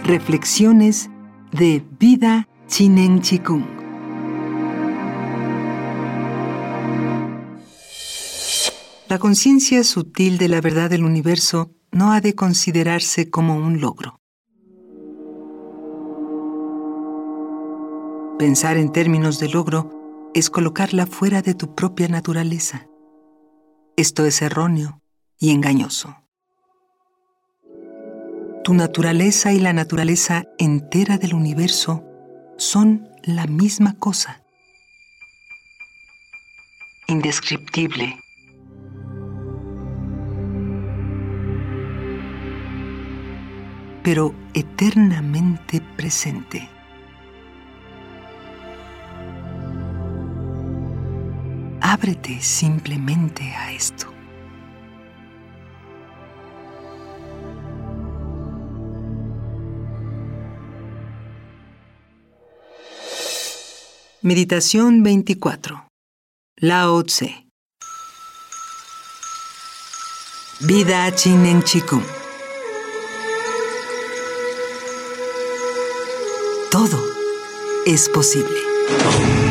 Reflexiones de Vida Chinen Chikung. La conciencia sutil de la verdad del universo no ha de considerarse como un logro. Pensar en términos de logro es colocarla fuera de tu propia naturaleza. Esto es erróneo y engañoso. Tu naturaleza y la naturaleza entera del universo son la misma cosa. Indescriptible. Pero eternamente presente. Ábrete simplemente a esto. Meditación 24. Lao Tse. Vida Chinen Chikung. Todo es posible.